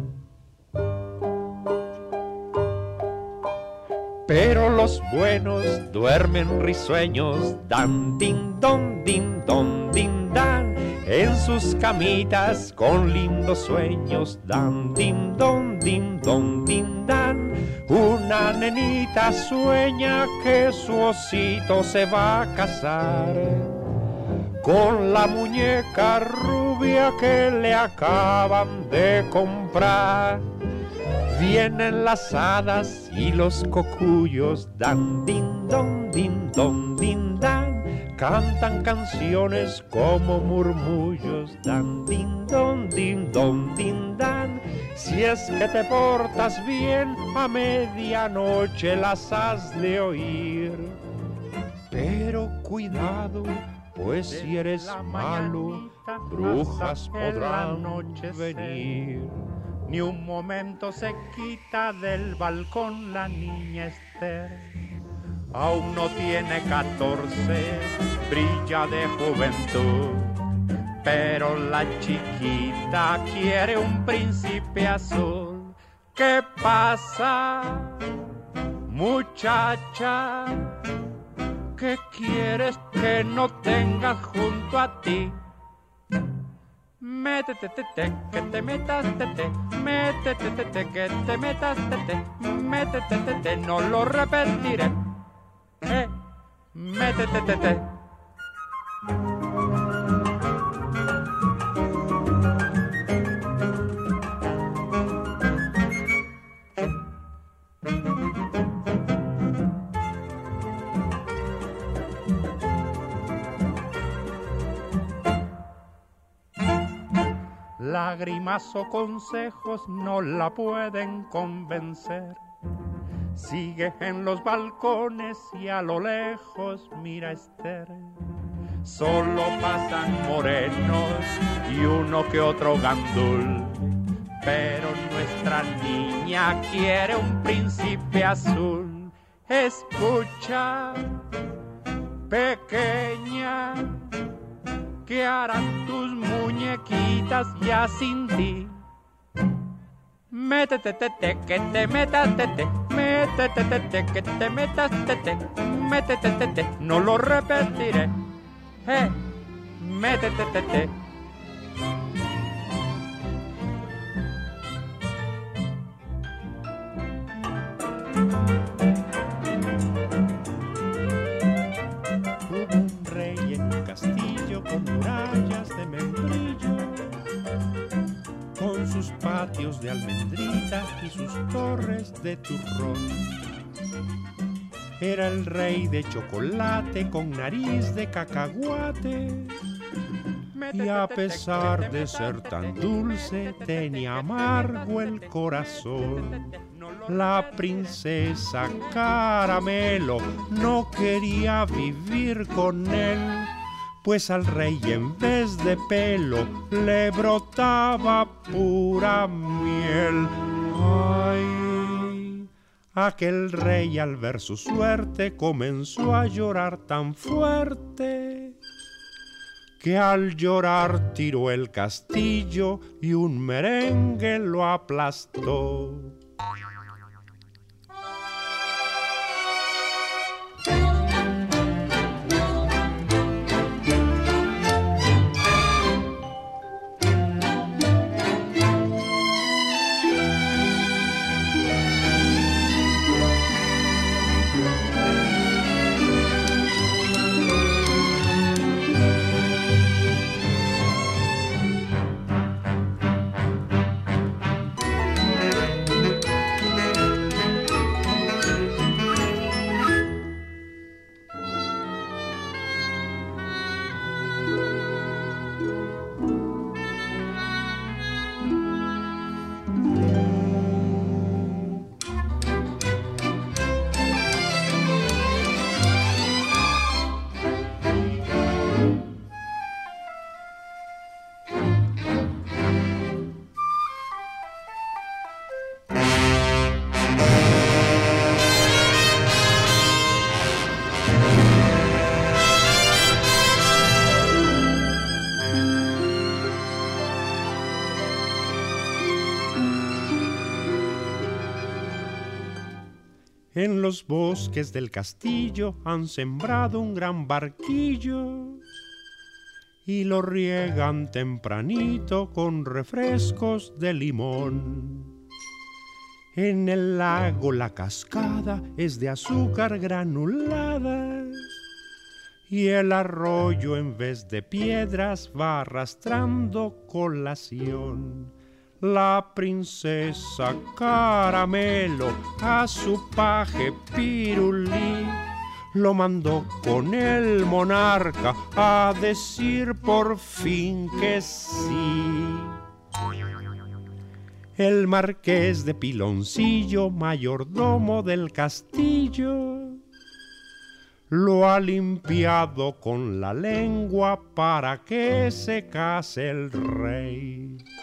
Pero los buenos duermen risueños, dan din don din dan, en sus camitas con lindos sueños, dan din don din dan. Una nenita sueña que su osito se va a casar con la muñeca rubia que le acaban de comprar. Vienen las hadas y los cocuyos, dan din don din dan, cantan canciones como murmullos, dan din don din dan. Si es que te portas bien, a medianoche las has de oír. Pero cuidado, pues si eres malo, brujas podrán venir. Ni un momento se quita del balcón la niña Esther. Aún no tiene 14, brilla de juventud, pero la chiquita quiere un príncipe azul. ¿Qué pasa, muchacha? ¿Qué quieres que no tengas junto a ti? Métete, que te metas, métete, que te metas, métete, no lo repetiré. Métete. Lágrimas o consejos no la pueden convencer. Sigue en los balcones y a lo lejos mira Esther. Solo pasan morenos y uno que otro gandul, pero nuestra niña quiere un príncipe azul. Escucha, pequeña, ¿qué harán tus muñequitas ya sin ti? Métete, que te metas, métete, que te metas, métete, no lo repetiré. Métete. Hubo un rey en un castillo con murallas de membrillo, con sus patios de almendrita y sus torres de turrón. Era el rey de chocolate con nariz de cacahuate, y a pesar de ser tan dulce tenía amargo el corazón. La princesa Caramelo no quería vivir con él, pues al rey en vez de pelo le brotaba pura miel. Ay, aquel rey al ver su suerte comenzó a llorar tan fuerte que al llorar tiró el castillo y un merengue lo aplastó. En los bosques del castillo han sembrado un gran barquillo y lo riegan tempranito con refrescos de limón. En el lago la cascada es de azúcar granulada y el arroyo en vez de piedras va arrastrando colación. La princesa Caramelo a su paje Pirulí lo mandó con el monarca a decir por fin que sí. El marqués de Piloncillo, mayordomo del castillo, lo ha limpiado con la lengua para que se case el rey.